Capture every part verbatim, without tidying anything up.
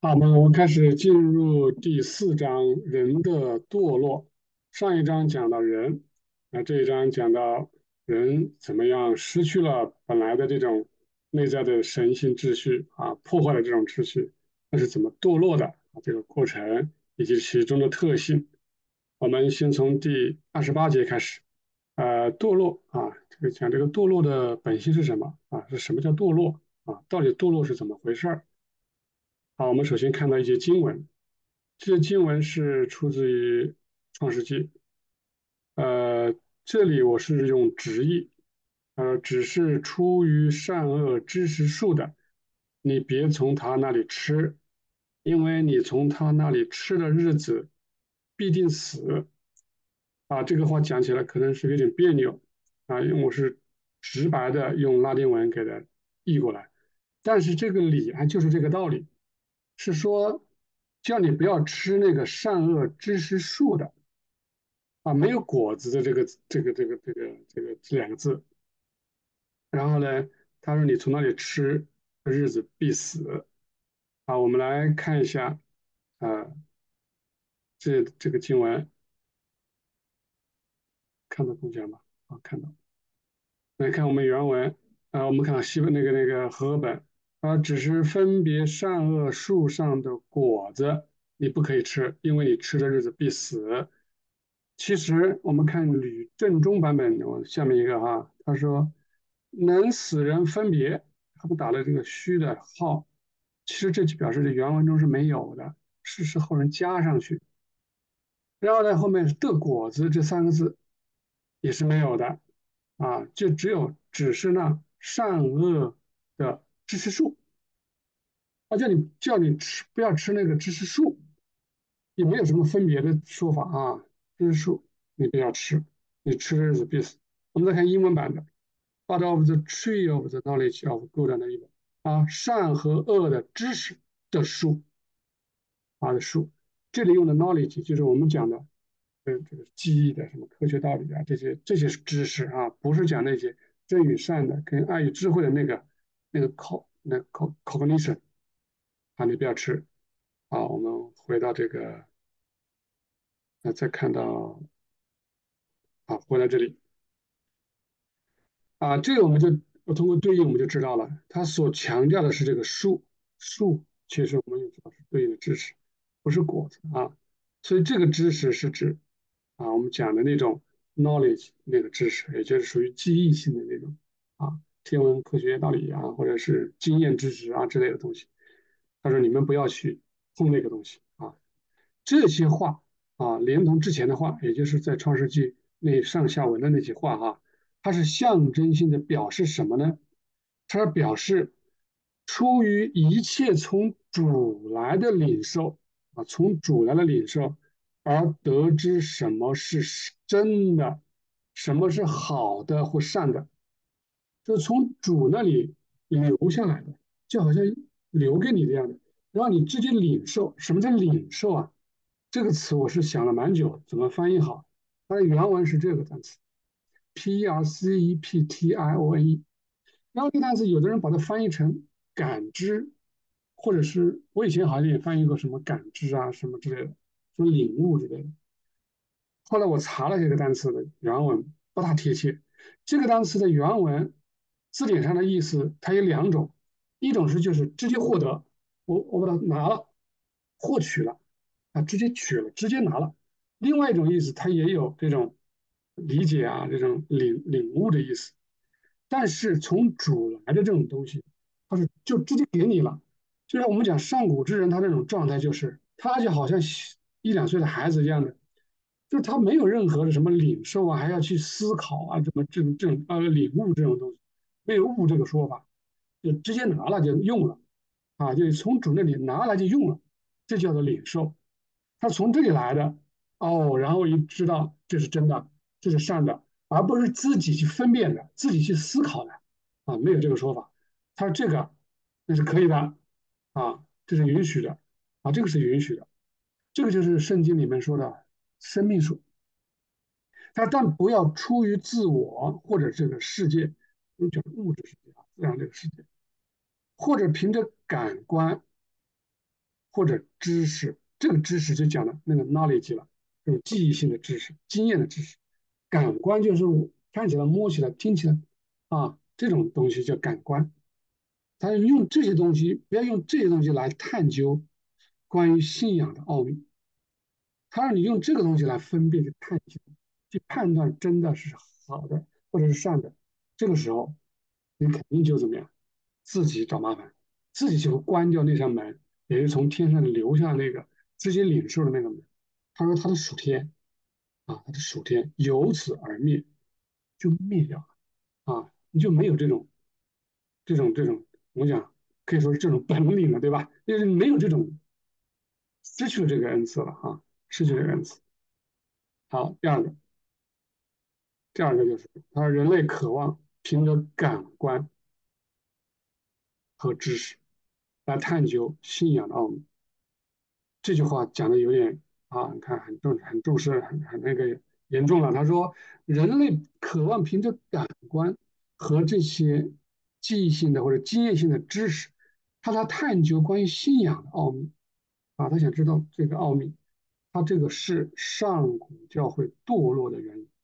好，我们我们开始进入第四章人的堕落。上一章讲到人，那这一章讲到人怎么样失去了本来的这种内在的神性秩序啊，破坏了这种秩序，那是怎么堕落的啊？这个过程以及其中的特性。我们先从第二十八节开始，呃，堕落啊，这个讲这个堕落的本性是什么啊？是什么叫堕落啊？到底堕落是怎么回事儿？好，我们首先看到一些经文，这些经文是出自于创世纪，呃，这里我是用直译，呃，只是出于善恶知识树的，你别从他那里吃，因为你从他那里吃的日子必定死。啊，这个话讲起来可能是有点别扭啊，因为我是直白的用拉丁文给它译过来，但是这个理啊就是这个道理，是说叫你不要吃那个善恶知识树的啊，没有果子的这个这个这个这个这个这两个字，然后呢，他说你从那里吃，日子必死啊。我们来看一下啊，这这个经文看到空间吗？啊，看到。来看我们原文啊，我们看西本那个那个和合本啊，只是分别善恶树上的果子，你不可以吃，因为你吃的日子必死。其实我们看吕正中版本，我下面一个哈，他说能使人分别，他不打了这个虚的号，其实这就表示这原文中是没有的，是是后人加上去。然后呢，后面是的果子这三个字也是没有的啊，就只有只是那善恶的知识树，啊，叫你叫你吃不要吃那个知识树，也没有什么分别的说法啊，知识树你不要吃，你吃的日子必死。我们再看英文版的，Out of the tree of the knowledge of good and evil 啊，善和恶的知识的树啊的树，这里用的 knowledge 就是我们讲的。呃，这个记忆的什么科学道理啊，这些这些知识啊，不是讲那些真与善的跟爱与智慧的那个那个 co 那 co cognition 啊，你不要吃啊。我们回到这个，那再看到啊，回到这里啊，这个我们就我通过对应我们就知道了，它所强调的是这个树树，其实我们也知道是对应的知识，不是果子啊。所以这个知识是指啊我们讲的那种 knowledge 那个知识，也就是属于记忆性的那种啊天文科学道理啊，或者是经验知识啊之类的东西。他说你们不要去碰那个东西啊。这些话啊，连同之前的话，也就是在创世纪那上下文的那些话哈、它是象征性的表示什么呢？它表示出于一切从主来的领受啊，从主来的领受而得知什么是真的，什么是好的或善的，就是从主那里留下来的，就好像留给你这样的，让你直接领受。什么叫领受啊？这个词我是想了蛮久，怎么翻译好？它的原文是这个单词，P E R C E P T I O N E。然后这个单词，有的人把它翻译成感知，或者是我以前好像也翻译过什么感知啊什么之类的，说领悟之类的。后来我查了这个单词的原文，不大贴切。这个单词的原文字典上的意思，它有两种，一种是就是直接获得，我我把它拿了，获取了，啊，直接取了，直接拿了。另外一种意思，它也有这种理解啊，这种领领悟的意思。但是从主来的这种东西，它是就直接给你了。就像我们讲上古之人，他那种状态就是，他就好像一两岁的孩子一样的，就是他没有任何的什么领受啊，还要去思考啊，怎么这种这种呃领悟这种东西，没有悟这个说法，就直接拿了就用了啊，就从主那里拿来就用了，这叫做领受。他从这里来的哦，然后一知道这是真的，这是善的，而不是自己去分辨的，自己去思考的啊，没有这个说法。他说这个那是可以的啊，这是允许的啊，这个是允许的，这个就是圣经里面说的生命树。他但不要出于自我或者这个世界，就讲物质世界啊，自然这个世界，或者凭着感官或者知识，这个知识就讲了那个 knowledge 了，这种记忆性的知识、经验的知识。感官就是看起来、摸起来、听起来啊，这种东西叫感官。他用这些东西，不要用这些东西来探究关于信仰的奥秘。他让你用这个东西来分辨、去探究、去判断真的是好的或者是善的。这个时候，你肯定就怎么样，自己找麻烦，自己就会关掉那扇门，也是从天上留下那个直接领受的那个门。他说他的属天啊，他的属天由此而灭，就灭掉了啊，你就没有这种这种这种，我讲可以说是这种本领了，对吧？就是没有这种失去了这个恩赐了啊，失去了这个恩赐。好，第二个，第二个就是他说人类渴望凭着感官和知识来探究信仰的奥秘。这句话讲的有点啊，你看很重很重视很很那个严重了。他说，人类渴望凭着感官和这些记忆性的或者经验性的知识，他来探究关于信仰的奥秘啊，他想知道这个奥秘，他这个是上古教会堕落的原因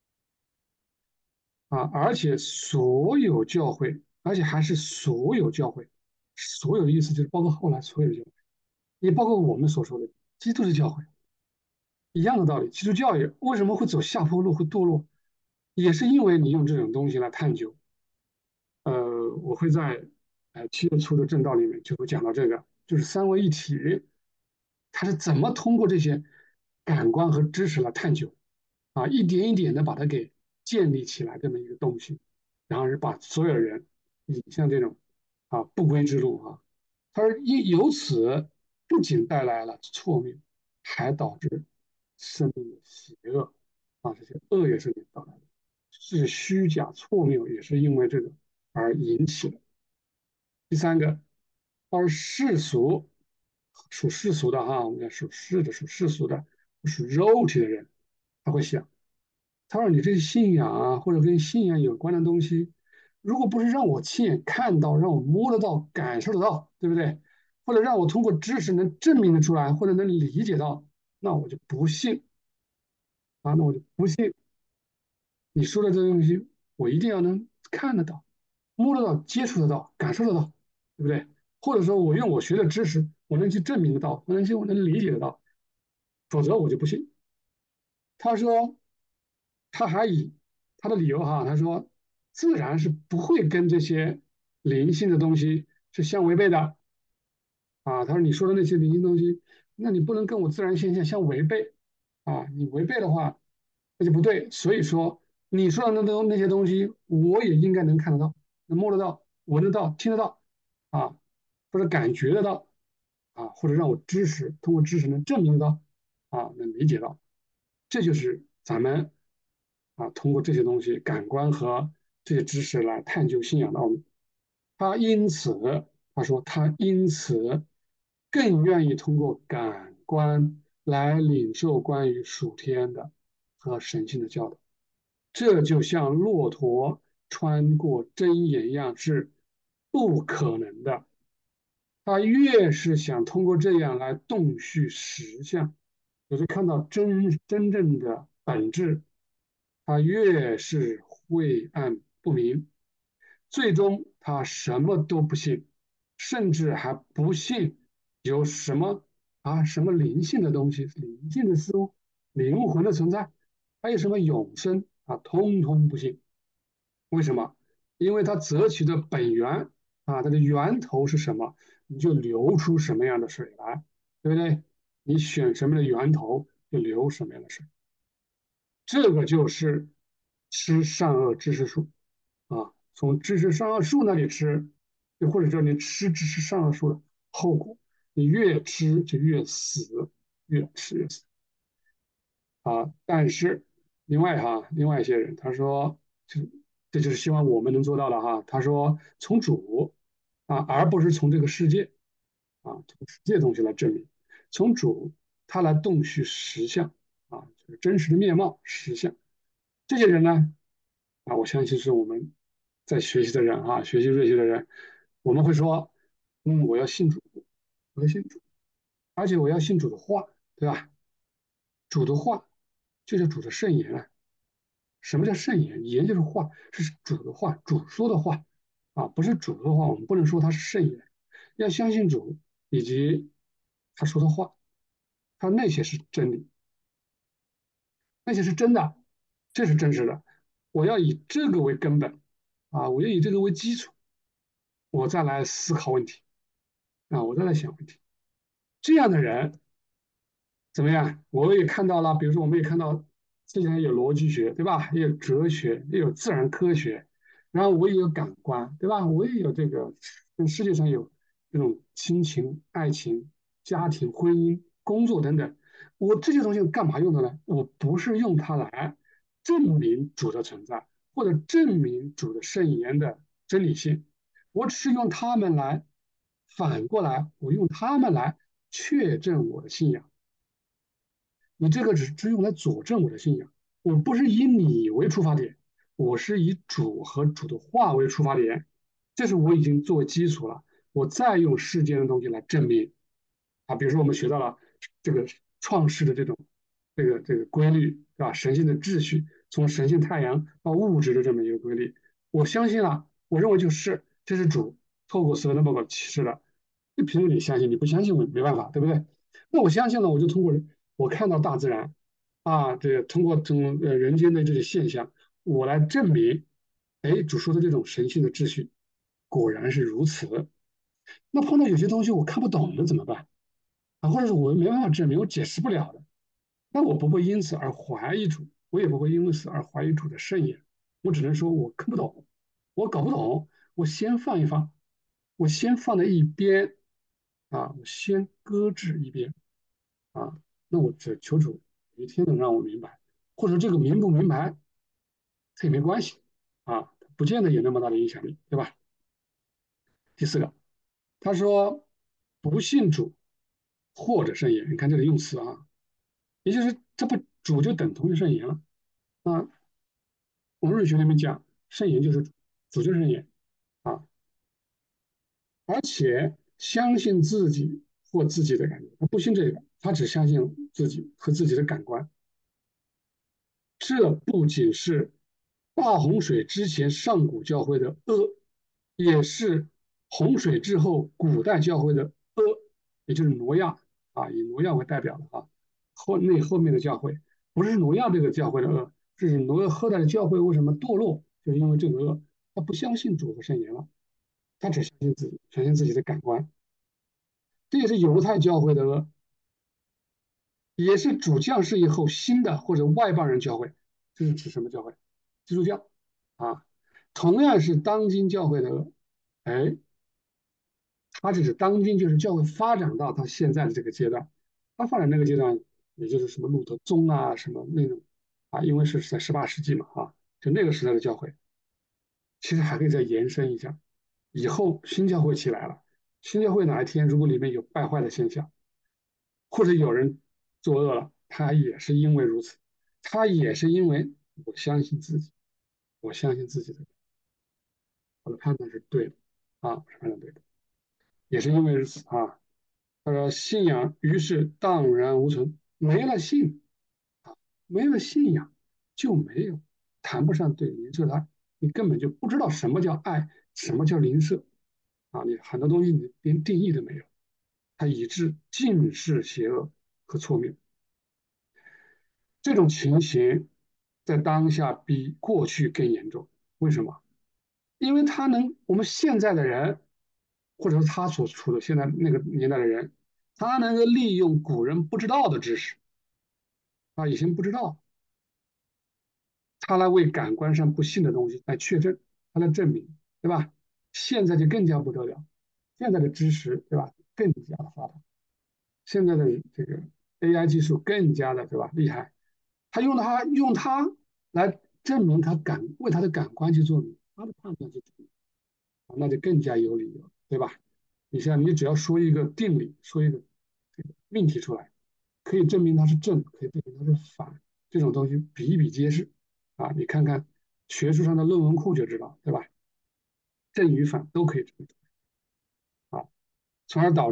啊，而且所有教会，而且还是所有教会，所有的意思就是包括后来所有的教会，也包括我们所说的基督的教会。一样的道理，基督教也为什么会走下坡路、会堕落，也是因为你用这种东西来探究。呃，我会在呃七月初的正道里面就会讲到这个，就是三位一体，它是怎么通过这些感官和知识来探究啊，一点一点的把它给建立起来这么一个东西，然后是把所有人引向这种啊不归之路啊。他说因由此不仅带来了错谬，还导致生命的邪恶啊，这些恶也是领导来的，是虚假错谬也是因为这个而引起的。第三个，而世俗属世俗的哈，我们讲属世的、属世俗的、属肉体的人，他会想，他说你这个信仰啊，或者跟信仰有关的东西，如果不是让我亲眼看到、让我摸得到、感受得到，对不对？或者让我通过知识能证明得出来，或者能理解到，那我就不信啊，那我就不信你说的这个东西，我一定要能看得到、摸得到、接触得到、感受得到，对不对？或者说我用我学的知识，我能去证明得到，我能去我能理解得到，否则我就不信。他说，他还以他的理由哈，他说自然是不会跟这些灵性的东西是相违背的啊。他说你说的那些灵性东西，那你不能跟我自然现象相违背啊，你违背的话那就不对。所以说你说的那东那些东西，我也应该能看得到、能摸得到、闻得到、听得到啊，或者感觉得到啊，或者让我知识通过知识能证明到啊，能理解到。这就是咱们啊通过这些东西，感官和这些知识来探究信仰的奥秘。他因此，他说他因此更愿意通过感官来领受关于属天的和神性的教导。这就像骆驼穿过针眼一样，是不可能的。他越是想通过这样来洞悉实相，就是看到真真正的本质，他越是晦暗不明，最终他什么都不信，甚至还不信有什么啊什么灵性的东西、灵性的事物、灵魂的存在，还有什么永生啊，通通不信。为什么？因为它择取的本源啊，它的源头是什么，你就流出什么样的水来，对不对？你选什么的源头，就流什么样的水。这个就是吃善恶知识树啊，从知识善恶树那里吃，就或者说你吃知识善恶树的后果，你越吃就越死，越吃越死。啊，但是另外哈，另外一些人他说，就这就是希望我们能做到的哈。他说从主啊，而不是从这个世界啊，从世界东西来证明，从主他来洞悉实相啊，就是真实的面貌实相。这些人呢，啊，我相信是我们在学习的人啊，学习瑞学的人，我们会说，嗯，我要信主，我要信主。 而且我要信主的话，对吧？主的话就是主的圣言啊。什么叫圣言？言就是话，是主的话，主说的话啊，不是主的话，我们不能说它是圣言。要相信主以及他说的话，他那些是真理，那些是真的，这是真实的。我要以这个为根本啊，我要以这个为基础，我再来思考问题啊，我再来想问题。这样的人怎么样？我也看到了，比如说，我们也看到世界上有逻辑学，对吧？也有哲学，也有自然科学，然后我也有感官，对吧？我也有这个，跟世界上有这种亲情、爱情、家庭、婚姻、工作等等。我这些东西干嘛用的呢？我不是用它来证明主的存在，或者证明主的圣言的真理性，我只是用它们来反过来，我用它们来确证我的信仰。你这个只只用来佐证我的信仰，我不是以你为出发点，我是以主和主的话为出发点，这是我已经作为基础了，我再用世间的东西来证明啊，比如说我们学到了这个创世的这种这个这个规律，对吧？神性的秩序，从神性太阳到物质的这么一个规律，我相信了，我认为就是这是主透过所有的报告启示的，就凭着你相信，你不相信我没办法，对不对？那我相信了，我就通过我看到大自然啊，这个通过这种呃人间的这些现象，我来证明，哎，主说的这种神性的秩序果然是如此。那碰到有些东西我看不懂的怎么办啊？或者是我没办法证明，我解释不了的，那我不会因此而怀疑主，我也不会因此而怀疑主的圣言，我只能说我看不懂，我搞不懂，我先放一放，我先放在一边啊，我先搁置一边。啊，那我只求主有一天能让我明白，或者这个明不明白，这也没关系啊，不见得有那么大的影响力，对吧？第四个，他说不信主或者圣言，你看这里用词啊，也就是这不主就等同于圣言了啊。我们论学里面讲，圣言就是主，主就是圣言啊，而且相信自己或自己的感觉，他不信这个，他只相信自己和自己的感官。这不仅是大洪水之前上古教会的恶，也是洪水之后古代教会的恶，也就是挪亚啊，以挪亚为代表的啊，后那后面的教会不是挪亚这个教会的恶，是挪亚后代的教会为什么堕落，就是因为这个恶，他不相信主和圣言了，他只相信自己，相信自己的感官，这也是犹太教会的恶，也是主降世以后新的或者外邦人教会，这是指什么教会？基督教啊，同样是当今教会的，哎，它是指当今就是教会发展到它现在的这个阶段，它发展那个阶段，也就是什么路德宗啊，什么那种啊，因为是在十八世纪嘛，啊，就那个时代的教会，其实还可以再延伸一下，以后新教会起来了，新教会哪一天如果里面有败坏的现象，或者有人作恶了，他也是因为如此，他也是因为我相信自己，我相信自己的，我的判断是对的啊，我是判断对的，也是因为如此啊。他说信仰于是荡然无存，没了信啊，没了信仰就没有，谈不上对灵舍爱，你根本就不知道什么叫爱，什么叫灵舍啊，你很多东西你连定义都没有，它以致尽是邪恶和错谬。这种情形在当下比过去更严重。为什么？因为他能，我们现在的人，或者是他所处的现在那个年代的人，他能够利用古人不知道的知识啊，以前不知道，他来为感官上不信的东西来确证，他来证明，对吧？现在就更加不得了，现在的知识，对吧？更加的发达，现在的这个 A I 技术更加的，对吧？厉害。他用它用它来证明他感为他的感官去做明，他的判断是对的，那就更加有理由，对吧？你像你只要说一个定理，说一个这个命题出来，可以证明它是正，可以证明它是反，这种东西比比皆是啊！你看看学术上的论文库就知道，对吧？正与反都可以证明啊，从而导致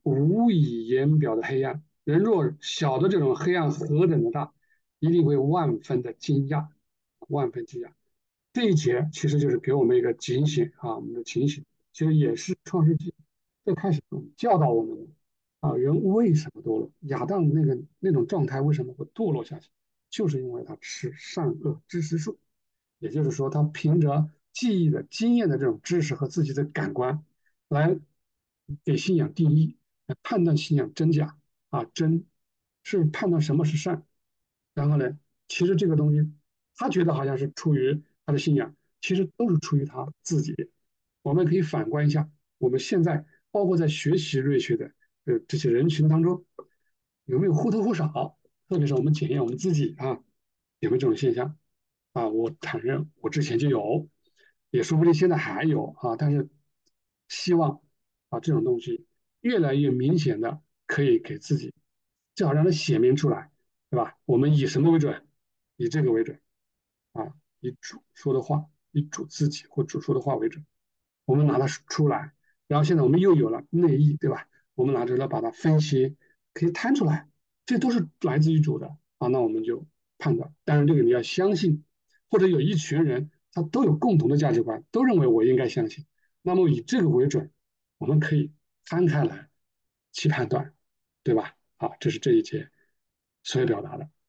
无以言表的黑暗。人若晓得这种黑暗何等的大，一定会万分的惊讶，万分惊讶。这一节其实就是给我们一个警醒啊，我们的警醒，其实也是创世纪最开始教导我们的啊，人为什么堕落？亚当那个那种状态为什么会堕落下去？就是因为他吃善恶知识树，也就是说，他凭着记忆的经验的这种知识和自己的感官来给信仰定义，来判断信仰真假啊，真是判断什么是善。然后呢，其实这个东西他觉得好像是出于他的信仰，其实都是出于他自己。我们可以反观一下，我们现在包括在学习瑞学的呃这些人群当中，有没有或多或少，特别是我们检验我们自己啊，有没有这种现象啊？我承认我之前就有，也说不定现在还有啊，但是希望啊这种东西越来越明显的可以给自己，最好让它显明出来，对吧？我们以什么为准？以这个为准啊，以主说的话，以主自己或主说的话为准。我们拿它出来，然后现在我们又有了内意，对吧？我们拿着了把它分析，可以摊出来，这都是来自于主的啊。那我们就判断，当然这个你要相信，或者有一群人他都有共同的价值观，都认为我应该相信，那么以这个为准，我们可以摊开来去判断，对吧？好，这是这一节所要表达的。